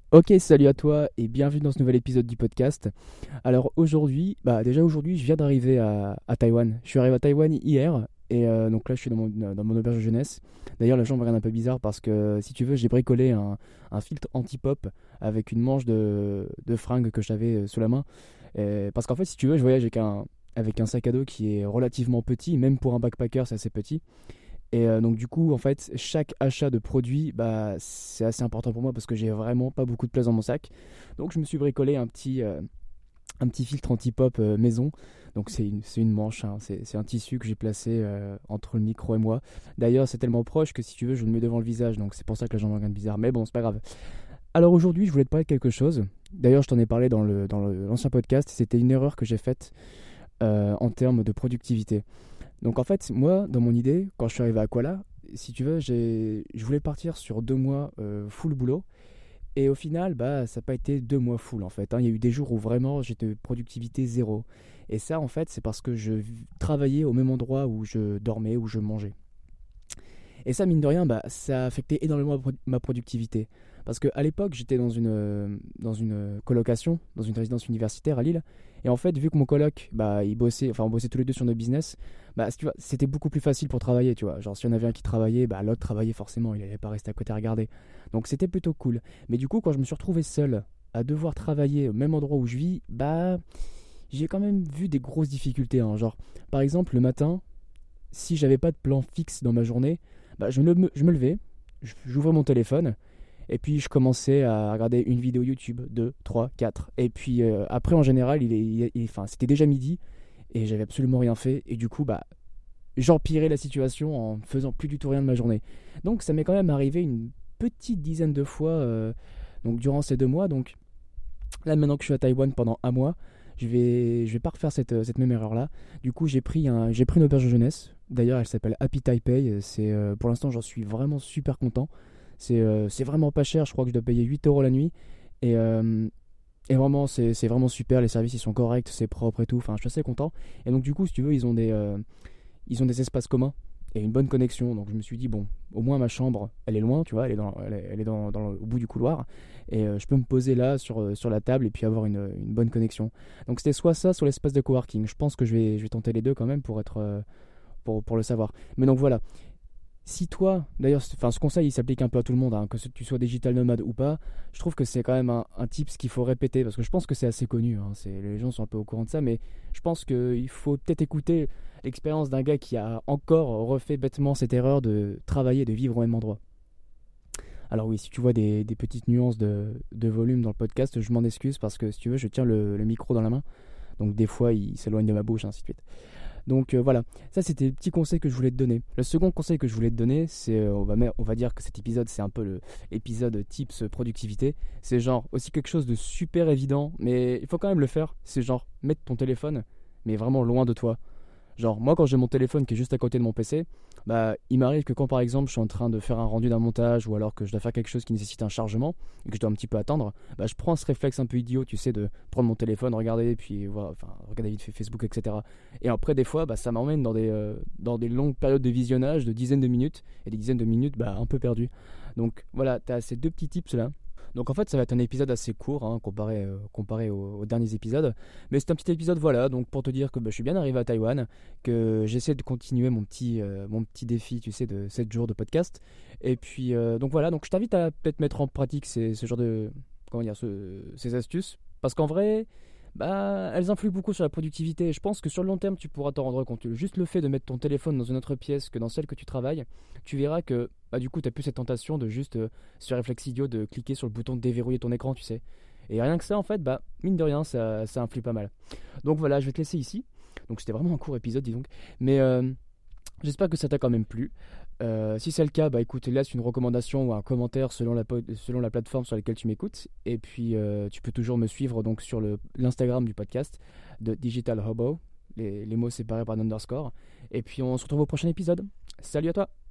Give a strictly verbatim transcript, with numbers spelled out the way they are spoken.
Ok, salut à toi et bienvenue dans ce nouvel épisode du podcast. Alors aujourd'hui, bah déjà aujourd'hui, je viens d'arriver à, à Taïwan. Je suis arrivé à Taïwan hier et euh, donc là, je suis dans mon, dans mon auberge de jeunesse. D'ailleurs, la chambre me regarde un peu bizarre parce que si tu veux, j'ai bricolé un, un filtre anti-pop avec une manche de, de fringues que j'avais euh, sous la main. Et parce qu'en fait, si tu veux, je voyage avec un, avec un sac à dos qui est relativement petit, même pour un backpacker, c'est assez petit. Et euh, donc du coup, en fait, chaque achat de produit, bah, c'est assez important pour moi parce que j'ai vraiment pas beaucoup de place dans mon sac. Donc je me suis bricolé un petit, euh, un petit filtre anti-pop euh, maison. Donc c'est une, c'est une manche, hein. c'est, c'est un tissu que j'ai placé euh, entre le micro et moi. D'ailleurs, c'est tellement proche que si tu veux, je le mets devant le visage. Donc c'est pour ça que la jambe me regarde bizarre. Mais bon, c'est pas grave. Alors aujourd'hui, je voulais te parler de quelque chose. D'ailleurs, je t'en ai parlé dans, le, dans le- l'ancien podcast. C'était une erreur que j'ai faite euh, en termes de productivité. Donc en fait, moi, dans mon idée, quand je suis arrivé à Kuala, si tu veux, j'ai, je voulais partir sur deux mois euh, full boulot. Et au final, bah, ça n'a pas été deux mois full en fait, hein. Il y a eu des jours où vraiment j'étais productivité zéro. Et ça, en fait, c'est parce que je v- travaillais au même endroit où je dormais, où je mangeais. Et ça, mine de rien, bah, ça a affecté énormément ma pro- ma productivité. Parce qu'à l'époque, j'étais dans une, euh, dans une euh, colocation, dans une résidence universitaire à Lille. Et en fait, vu que mon coloc, bah, il bossait, enfin, on bossait tous les deux sur nos business, bah, si tu vois, c'était beaucoup plus facile pour travailler, tu vois. Genre, si on avait un qui travaillait, bah, l'autre travaillait forcément, il n'allait pas rester à côté à regarder. Donc, c'était plutôt cool. Mais du coup, quand je me suis retrouvé seul à devoir travailler au même endroit où je vis, bah, j'ai quand même vu des grosses difficultés, hein. Genre, par exemple, le matin, si j'avais pas de plan fixe dans ma journée, bah, je, me, je me levais, j'ouvrais mon téléphone, et puis je commençais à regarder une vidéo YouTube, deux, trois, quatre. Et puis euh, après, en général, il est, il est- il- enfin, c'était déjà midi, et j'avais absolument rien fait, et du coup, bah, j'empirais la situation en faisant plus du tout rien de ma journée. Donc ça m'est quand même arrivé une petite dizaine de fois euh, donc, durant ces deux mois. Donc là, maintenant que je suis à Taïwan pendant un mois, je vais, je vais pas refaire cette, euh, cette même erreur-là. Du coup, j'ai pris, un, j'ai pris une auberge de jeunesse. D'ailleurs, elle s'appelle Happy Taipei. C'est, euh, pour l'instant, j'en suis vraiment super content. C'est, euh, c'est vraiment pas cher. Je crois que je dois payer huit euros la nuit. Et, euh, et vraiment, c'est, c'est vraiment super. Les services, ils sont corrects, c'est propre et tout. Enfin, je suis assez content. Et donc, du coup, si tu veux, ils ont des, euh, ils ont des espaces communs et une bonne connexion. Donc je me suis dit, bon, au moins ma chambre, elle est loin, tu vois, elle est, dans, elle est, elle est dans, dans le- au bout du couloir. Et euh, je peux me poser là sur, euh, sur la table et puis avoir une, une bonne connexion. Donc c'était soit ça, soit l'espace de coworking. Je pense que je vais, je vais tenter les deux quand même pour, être, euh, pour, pour le savoir. Mais donc voilà, si toi, d'ailleurs, c- enfin, ce conseil il s'applique un peu à tout le monde, hein, que ce- tu sois digital nomade ou pas, je trouve que c'est quand même un, un tips qu'il faut répéter parce que je pense que c'est assez connu, hein, c'est, les gens sont un peu au courant de ça, mais je pense qu'il faut peut-être écouter l'expérience d'un gars qui a encore refait bêtement cette erreur de travailler, de vivre au même endroit. Alors oui, si tu vois des, des petites nuances de, de volume dans le podcast, je m'en excuse parce que si tu veux, je tiens le, le micro dans la main, donc des fois il s'éloigne de ma bouche, ainsi de suite. Donc euh, voilà, ça c'était le petit conseil que je voulais te donner. Le second conseil que je voulais te donner, c'est, euh, on, va, on va dire que cet épisode, c'est un peu le- l'épisode tips productivité. C'est genre aussi quelque chose de super évident, mais il faut quand même le faire. C'est genre mettre ton téléphone, mais vraiment loin de toi. Genre, moi, quand j'ai mon téléphone qui est juste à côté de mon P C, bah, il m'arrive que quand par exemple je suis en train de faire un rendu d'un montage ou alors que je dois faire quelque chose qui nécessite un chargement et que je dois un petit peu attendre, bah, je prends ce réflexe un peu idiot, tu sais, de prendre mon téléphone, regarder, puis voilà, enfin, regarder vite fait Facebook, et cetera. Et après, des fois, bah, ça m'emmène dans des, euh, dans des longues périodes de visionnage de dizaines de minutes et des dizaines de minutes bah, un peu perdues. Donc voilà, tu as ces deux petits tips là. Donc en fait, ça va être un épisode assez court hein, comparé, euh, comparé aux, aux derniers épisodes. Mais c'est un petit épisode, voilà, donc pour te dire que bah, je suis bien arrivé à Taïwan, que j'essaie de continuer mon petit, euh, mon petit défi, tu sais, de sept jours de podcast. Et puis, euh, donc voilà, donc je t'invite à peut-être mettre en pratique ces, ce genre de, comment dire, ce- ces astuces. Parce qu'en vrai, bah, elles influent beaucoup sur la productivité. Je pense que sur le long terme, tu pourras t'en rendre compte. Juste le fait de mettre ton téléphone dans une autre pièce que dans celle que tu travailles, tu verras que bah, du coup, tu n'as plus cette tentation de juste, euh, ce réflexe idiot de cliquer sur le bouton de déverrouiller ton écran, tu sais. Et rien que ça, en fait, bah, mine de rien, ça, ça influe pas mal. Donc voilà, je vais te laisser ici. Donc c'était vraiment un court épisode, dis donc. Mais euh, j'espère que ça t'a quand même plu. Euh, si c'est le cas, bah écoute, laisse une recommandation ou un commentaire selon la, po- selon la plateforme sur laquelle tu m'écoutes. Et puis, euh, tu peux toujours me suivre donc sur le, l'Instagram du podcast de Digital Hobo, les, les mots séparés par un underscore. Et puis, on se retrouve au prochain épisode. Salut à toi!